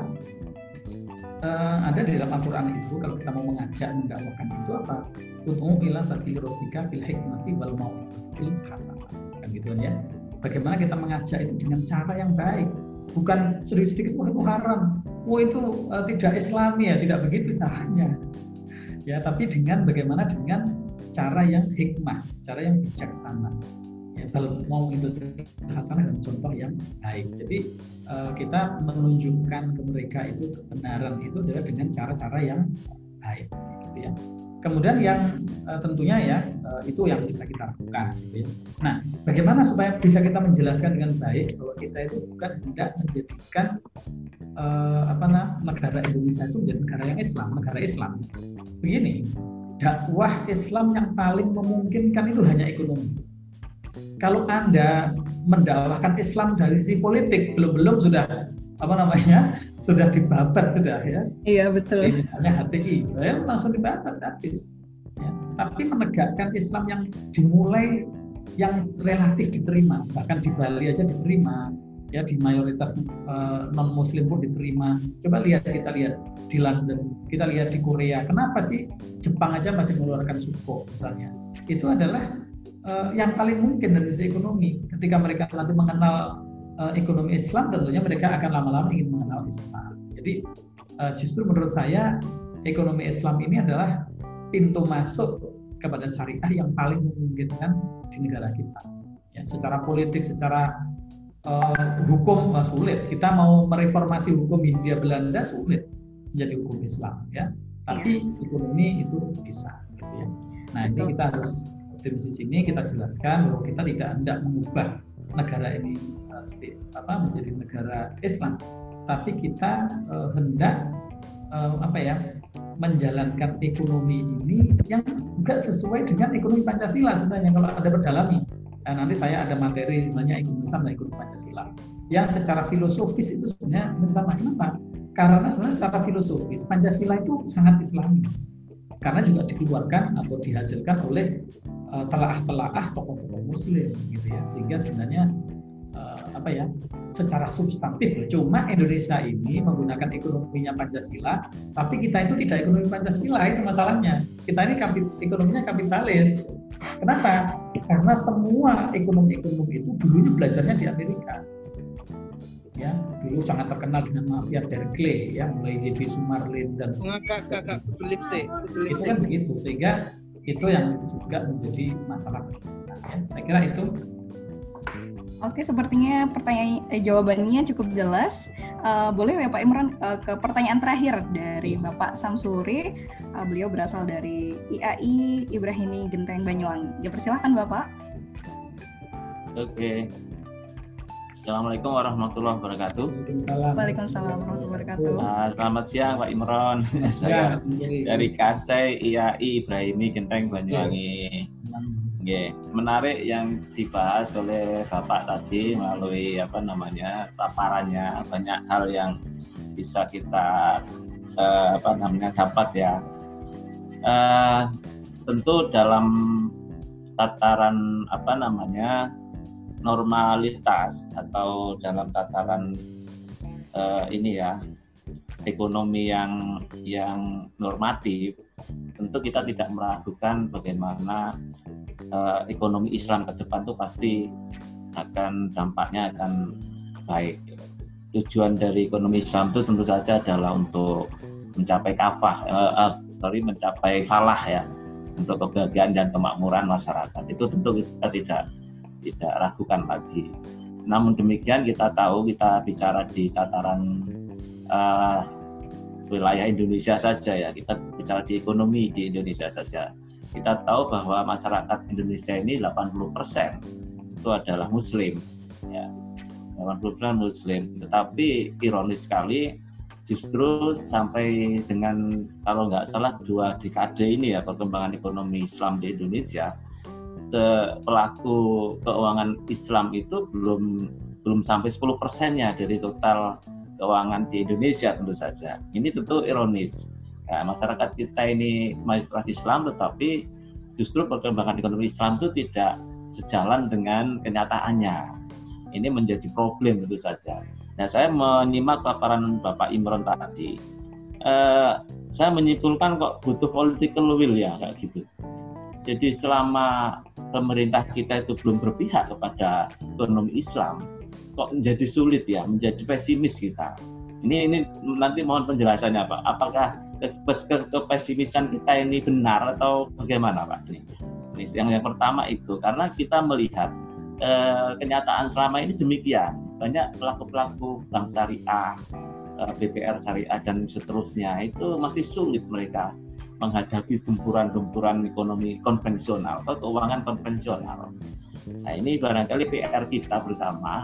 S2: ada di dalam Al-Quran itu, kalau kita mau mengajak mendakwakan itu apa? Ud'u ila sabili rabbika bil hikmati wal mau'izatil hasanah. Kan gitu ya. Bagaimana kita mengajak itu dengan cara yang baik, bukan sedikit-sedikit wah itu haram, wah itu tidak Islami ya, tidak begitu caranya. Ya, tapi bagaimana dengan cara yang hikmah, cara yang bijaksana. Ya, kalau mau itu hasanah dan contoh yang baik. Jadi kita menunjukkan ke mereka itu kebenaran itu adalah dengan cara-cara yang baik, gitu ya. Kemudian yang tentunya ya itu yang bisa kita lakukan. Gitu ya. Nah, bagaimana supaya bisa kita menjelaskan dengan baik bahwa kita itu bukan hendak menjadikan negara Indonesia itu menjadi negara Islam. Begini, dakwah Islam yang paling memungkinkan itu hanya ekonomi. Kalau Anda mendakwahkan Islam dari sisi politik, belum sudah sudah dibabat sudah ya.
S3: Iya betul.
S2: Misalnya HTI, ya, langsung dibabat habis. Ya. Tapi menegakkan Islam yang dimulai yang relatif diterima, bahkan di Bali aja diterima, ya di mayoritas non Muslim pun diterima. Coba kita lihat di London, kita lihat di Korea. Kenapa sih Jepang aja masih mengeluarkan suko misalnya? Itu adalah yang paling mungkin dari sisi ekonomi. Ketika mereka nanti mengenal ekonomi Islam, tentunya mereka akan lama-lama ingin mengenal Islam. Jadi justru menurut saya ekonomi Islam ini adalah pintu masuk kepada syariah yang paling memungkinkan di negara kita. Ya, secara politik, secara hukum sulit. Kita mau mereformasi hukum Hindia Belanda sulit menjadi hukum Islam, ya. Tapi ekonomi itu bisa. Gitu ya. Nah ini kita harus dari sini kita jelaskan bahwa kita tidak hendak mengubah negara ini menjadi negara Islam, tapi kita hendak menjalankan ekonomi ini yang juga sesuai dengan ekonomi Pancasila sebenarnya kalau ada berdalami. Nah, nanti saya ada materi namanya ekonomi Islam dan ekonomi Pancasila yang secara filosofis itu sebenarnya bersama. Kenapa? Karena sebenarnya secara filosofis Pancasila itu sangat Islami karena juga dikeluarkan atau dihasilkan oleh telaah-telaah tokoh-tokoh Muslim gitu ya, sehingga sebenarnya secara substantif. Cuma Indonesia ini menggunakan ekonominya Pancasila, tapi kita itu tidak ekonomi Pancasila, itu masalahnya. Kita ini ekonominya kapitalis. Kenapa? Karena semua ekonomi itu dulunya belajarnya di Amerika. Ya, dulu sangat terkenal dengan mafia Berkeley, ya, mulai J.P. Sumarlin dan itu kan begitu, sehingga itu yang juga menjadi masalah kita. Ya. Saya kira itu.
S3: Oke, sepertinya jawabannya cukup jelas. Boleh ya Pak Imron ke pertanyaan terakhir dari Bapak Samsuri. Beliau berasal dari IAI Ibrahimi Genteng Banyuwangi. Dipersilahkan Bapak.
S6: Oke. Assalamualaikum warahmatullahi wabarakatuh.
S3: Waalaikumsalam warahmatullahi wabarakatuh.
S6: Selamat siang Pak Imron. Saya dari KASEI IAI Ibrahimi Genteng Banyuwangi. Oke, menarik yang dibahas oleh Bapak tadi melalui paparannya, banyak hal yang bisa kita dapat ya. Tentu dalam tataran normalitas atau dalam tataran ekonomi yang normatif, tentu kita tidak meragukan bagaimana ekonomi Islam ke depan itu pasti dampaknya akan baik. Tujuan dari ekonomi Islam itu tentu saja adalah untuk mencapai mencapai falah ya, untuk kebahagiaan dan kemakmuran masyarakat. Itu tentu kita tidak ragukan lagi. Namun demikian kita bicara di tataran wilayah Indonesia saja ya, kita bicara di ekonomi di Indonesia saja. Kita tahu bahwa masyarakat Indonesia ini 80% itu adalah Muslim, ya, 80% Muslim. Tetapi ironis sekali, justru sampai dengan kalau nggak salah 2 dekade ini ya perkembangan ekonomi Islam di Indonesia, pelaku keuangan Islam itu belum sampai 10%-nya dari total keuangan di Indonesia tentu saja. Ini tentu ironis. Ya, masyarakat kita ini mayoritas Islam, tetapi justru perkembangan ekonomi Islam itu tidak sejalan dengan kenyataannya. Ini menjadi problem tentu saja. Nah, saya menyimak paparan Bapak Imron tadi. Saya menyimpulkan kok butuh political will ya kayak gitu. Jadi selama pemerintah kita itu belum berpihak kepada ekonomi Islam, kok menjadi sulit ya, menjadi pesimis kita. Ini nanti mohon penjelasannya Pak. Apakah kepesimisan kita ini benar atau bagaimana Pak? Ini yang pertama itu karena kita melihat kenyataan selama ini demikian. Banyak pelaku-pelaku bank syariah, BPR syariah dan seterusnya itu masih sulit mereka menghadapi gempuran-gempuran ekonomi konvensional atau keuangan konvensional. Nah ini barangkali PR kita bersama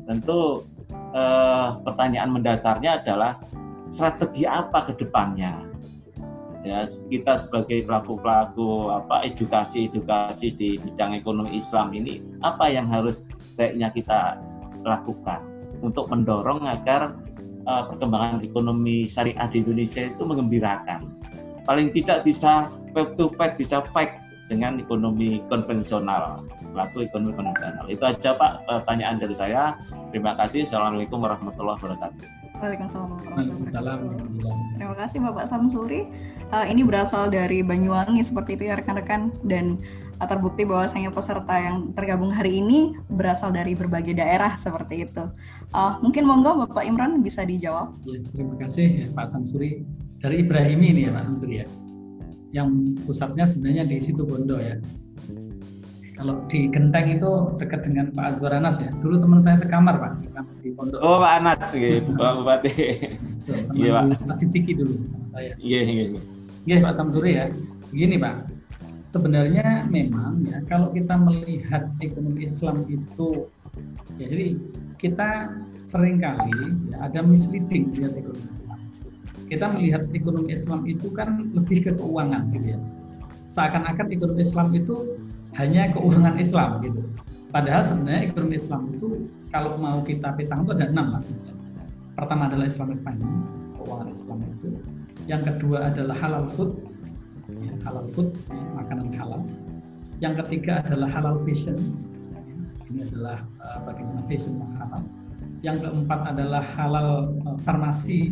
S6: tentu pertanyaan mendasarnya adalah strategi apa ke depannya. Ya, kita sebagai pelaku-pelaku edukasi di bidang ekonomi Islam ini, apa yang harus baiknya kita lakukan untuk mendorong agar perkembangan ekonomi syariah di Indonesia itu menggembirakan. Paling tidak bisa face to face, bisa fight dengan ekonomi konvensional, pelaku ekonomi konvensional. Itu aja Pak pertanyaan dari saya. Terima kasih. Assalamualaikum warahmatullahi wabarakatuh.
S3: Waalaikumsalam warahmatullahi wabarakatuh.
S2: Waalaikumsalam.
S3: Terima kasih Bapak Samsuri. Ini berasal dari Banyuwangi seperti itu ya rekan-rekan, dan terbukti bahwasanya peserta yang tergabung hari ini berasal dari berbagai daerah seperti itu. Mungkin monggo Bapak Imran bisa dijawab.
S2: Ya, terima kasih ya, Pak Samsuri. Dari Ibrahimi ini ya Pak Samsuri ya, yang pusatnya sebenarnya di Situbondo ya. Kalau di Genteng itu dekat dengan Pak Azwar Anas ya. Dulu teman saya sekamar Pak di pondok.
S6: Oh Pak Anas, Pak Bupati.
S2: Iya Pak. Masih Tiki dulu saya.
S6: Iya.
S2: Iya Pak Samsuri ya. Begini Pak, sebenarnya memang ya kalau kita melihat ekonomi Islam itu, ya jadi kita seringkali ya, ada misleading lihat ekonomi Islam. Kita melihat ekonomi Islam itu kan lebih ke keuangan gitu ya. Seakan-akan ekonomi Islam itu hanya keuangan Islam gitu. Padahal sebenarnya ekonomi Islam itu kalau mau kita petang itu ada 6 lah. Pertama adalah Islamic Finance, keuangan Islam itu. Yang kedua adalah halal food, ya, makanan halal. Yang ketiga adalah halal fashion. Ini adalah bagaimana fashion yang halal. Yang keempat adalah halal farmasi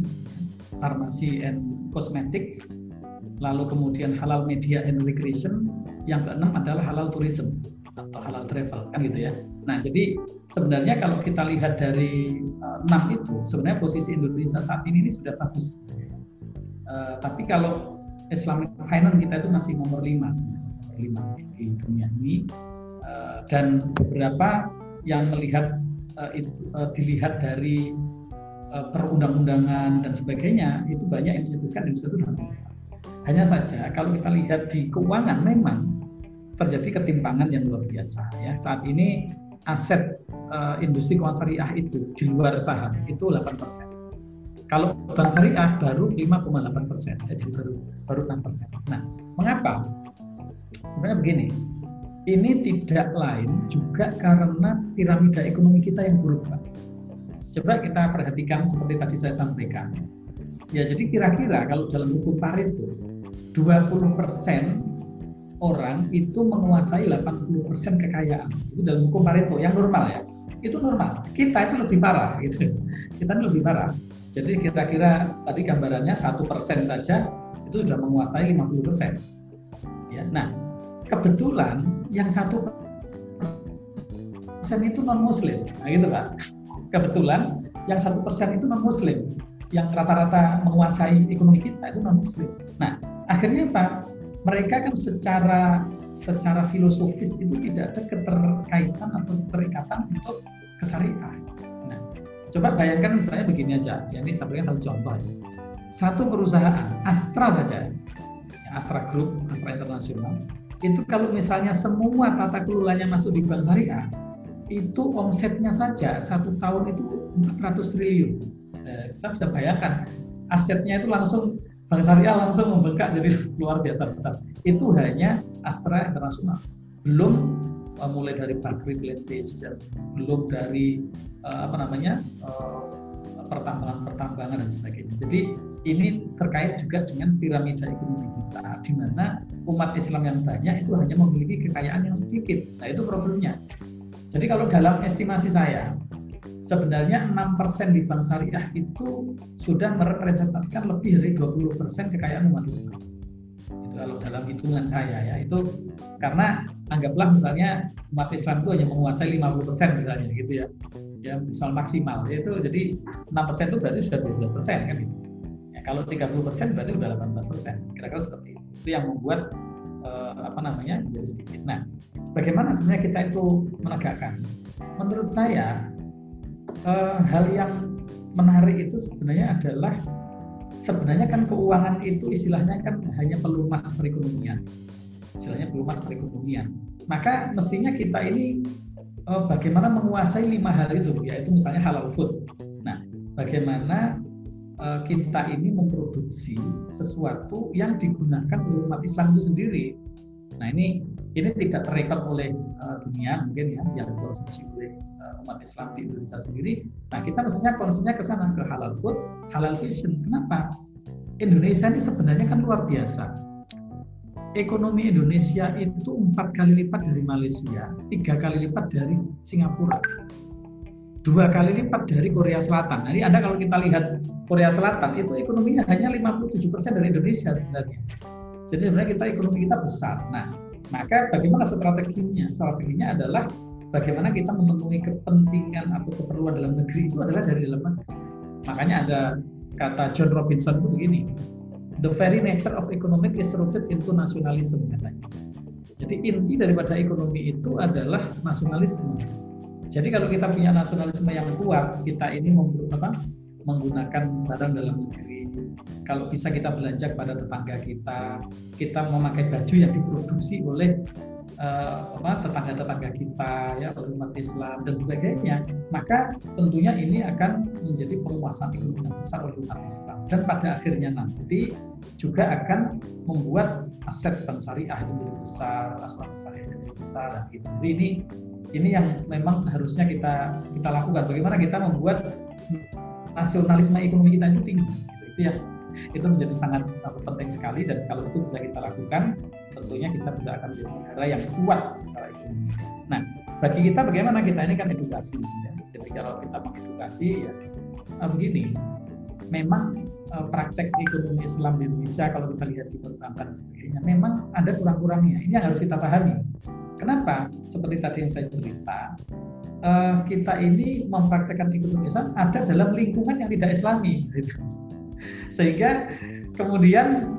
S2: and cosmetics. Lalu kemudian halal media and recreation. Yang keenam adalah halal tourism atau halal travel, kan gitu ya. Nah, jadi sebenarnya kalau kita lihat dari 6 itu, sebenarnya posisi Indonesia saat ini sudah bagus. Tapi kalau Islamic Finance kita itu masih nomor 5 di dunia ini. Dan beberapa yang melihat dilihat dari perundang-undangan dan sebagainya, itu banyak yang menyebutkan Indonesia itu dalam Islam. Hanya saja kalau kita lihat di keuangan memang terjadi ketimpangan yang luar biasa ya. Saat ini aset industri keuangan syariah itu di luar saham itu 8%. Kalau bank syariah baru 5,8%, ya, jadi baru 6%. Nah, mengapa? Sebenarnya begini, ini tidak lain juga karena piramida ekonomi kita yang buruk, Pak. Coba kita perhatikan seperti tadi saya sampaikan. Ya, jadi kira-kira kalau dalam hukum Pareto 20% orang itu menguasai 80% kekayaan. Itu dalam hukum Pareto yang normal ya. Itu normal. Kita itu lebih parah gitu. Kita ini lebih parah. Jadi kira-kira tadi gambarannya 1% saja itu sudah menguasai 50%. Ya. Nah, kebetulan yang 1% itu non-muslim. Nah, gitu Pak. Kebetulan yang 1% itu non-muslim. Yang rata-rata menguasai ekonomi kita itu non-muslim. Nah, akhirnya apa? Mereka kan secara filosofis itu tidak ada keterkaitan atau keterikatan untuk kesyariah. Nah, coba bayangkan misalnya begini aja, ya ini saya berikan satu contoh ya. Satu perusahaan, Astra saja, ya, Astra Group, Astra Internasional, itu kalau misalnya semua tata kelolanya masuk di bank syariah, itu omsetnya saja 1 tahun itu 400 triliun. Kita bisa bayangkan asetnya itu langsung bank syariah langsung membengkak jadi luar biasa besar. Itu hanya Astra Internasional. Belum mulai dari Bakri Plantation, belum dari pertambangan dan sebagainya. Jadi ini terkait juga dengan piramida ekonomi kita, di mana umat Islam yang banyak itu hanya memiliki kekayaan yang sedikit. Nah, itu problemnya. Jadi kalau dalam estimasi saya, sebenarnya 6% di bank syariah itu sudah merepresentasikan lebih dari 20% kekayaan umat Islam. Itu kalau dalam hitungan saya ya, itu karena anggaplah misalnya umat Islam itu hanya menguasai 50% misalnya gitu ya. Ya misal maksimal itu jadi 6% itu berarti sudah 12% kan gitu. Ya, kalau 30% berarti sudah 18%. Kira-kira seperti itu. Itu yang membuat menjadi sedikit. Nah, bagaimana sebenarnya kita itu menegakkan? Menurut saya hal yang menarik itu sebenarnya adalah kan keuangan itu istilahnya kan hanya pelumas perekonomian. Istilahnya pelumas perekonomian. Maka mestinya kita ini bagaimana menguasai 5 hal itu, yaitu misalnya halal food. Nah, bagaimana kita ini memproduksi sesuatu yang digunakan oleh umat Islam itu sendiri. Nah, ini tidak terekod oleh dunia mungkin ya, yang dikonsumsi oleh umat Islam di Indonesia sendiri. Nah, kita mestinya concernnya ke sana, ke halal food, halal fashion. Kenapa? Indonesia ini sebenarnya kan luar biasa. Ekonomi Indonesia itu 4 kali lipat dari Malaysia, 3 kali lipat dari Singapura, 2 kali lipat dari Korea Selatan. Jadi Anda kalau kita lihat Korea Selatan itu ekonominya hanya 57% dari Indonesia sebenarnya. Jadi sebenarnya ekonomi kita besar. Nah, maka bagaimana strateginya? Strateginya adalah bagaimana kita memenuhi kepentingan atau keperluan dalam negeri itu adalah dari dalam negeri. Makanya ada kata John Robinson itu begini, the very nature of economic is rooted into nationalism, katanya. Jadi inti daripada ekonomi itu adalah nasionalisme. Jadi kalau kita punya nasionalisme yang kuat, kita ini menggunakan barang dalam negeri. Kalau bisa kita belanja kepada tetangga kita memakai baju yang diproduksi oleh tetangga-tetangga kita, ya, oleh umat Islam dan sebagainya, maka tentunya ini akan menjadi penguasaan ekonomi yang besar oleh umat Islam, dan pada akhirnya nanti juga akan membuat aset bank syariah itu menjadi besar, asuransi syariah menjadi besar, dan gitu. Jadi ini yang memang harusnya kita lakukan. Bagaimana kita membuat nasionalisme ekonomi kita itu tinggi, itu menjadi sangat penting sekali, dan kalau itu bisa kita lakukan, tentunya kita bisa akan menjadi negara yang kuat secara ekonomi. Nah, bagi kita bagaimana? Kita ini kan edukasi, ya. Jadi kalau kita mengedukasi, ya begini, memang praktek ekonomi Islam di Indonesia kalau kita lihat di perbankan dan sebagainya, memang ada kurang-kurangnya. Ini yang harus kita pahami. Kenapa? Seperti tadi yang saya cerita, kita ini mempraktekkan ekonomi Islam ada dalam lingkungan yang tidak Islami, gitu. Sehingga kemudian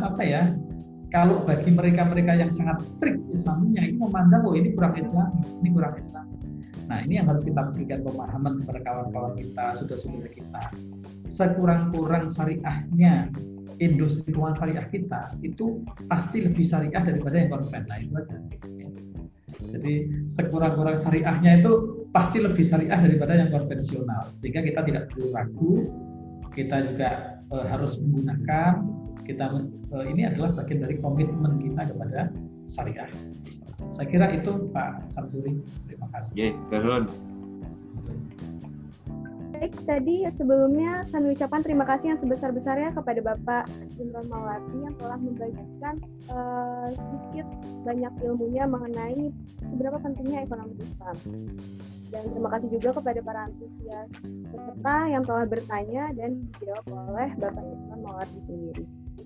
S2: kalau bagi mereka-mereka yang sangat strict Islaminya, ini memandang ini kurang Islami, ini kurang Islami. Nah, ini yang harus kita berikan pemahaman kepada kawan-kawan kita, saudara-saudara kita. Sekurang-kurang syariahnya, industri keuangan syariah kita itu pasti lebih syariah daripada yang konven. Nah, itu aja. Jadi sekurang-kurang syariahnya itu pasti lebih syariah daripada yang konvensional, sehingga kita tidak perlu ragu, kita juga harus menggunakan, ini adalah bagian dari komitmen kita kepada syariah Islam. Saya kira itu Pak Samsuri. Terima kasih.
S7: Baik, tadi sebelumnya kami ucapkan terima kasih yang sebesar-besarnya kepada Bapak Imron Mawardi yang telah membagikan sedikit banyak ilmunya mengenai seberapa pentingnya ekonomi Islam. Dan terima kasih juga kepada para antusias peserta yang telah bertanya dan dijawab oleh Bapak Imron Mawardi sendiri.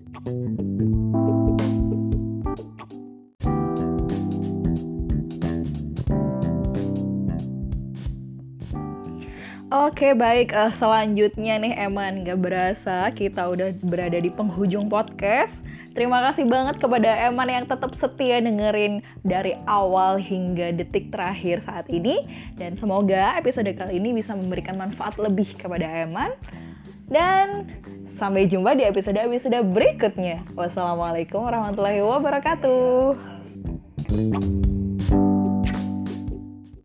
S1: Oke, baik. Selanjutnya nih, Eman, gak berasa kita udah berada di penghujung podcast. Terima kasih banget kepada Eman yang tetap setia dengerin dari awal hingga detik terakhir saat ini. Dan semoga episode kali ini bisa memberikan manfaat lebih kepada Eman. Dan sampai jumpa di episode-episode berikutnya. Wassalamualaikum warahmatullahi wabarakatuh.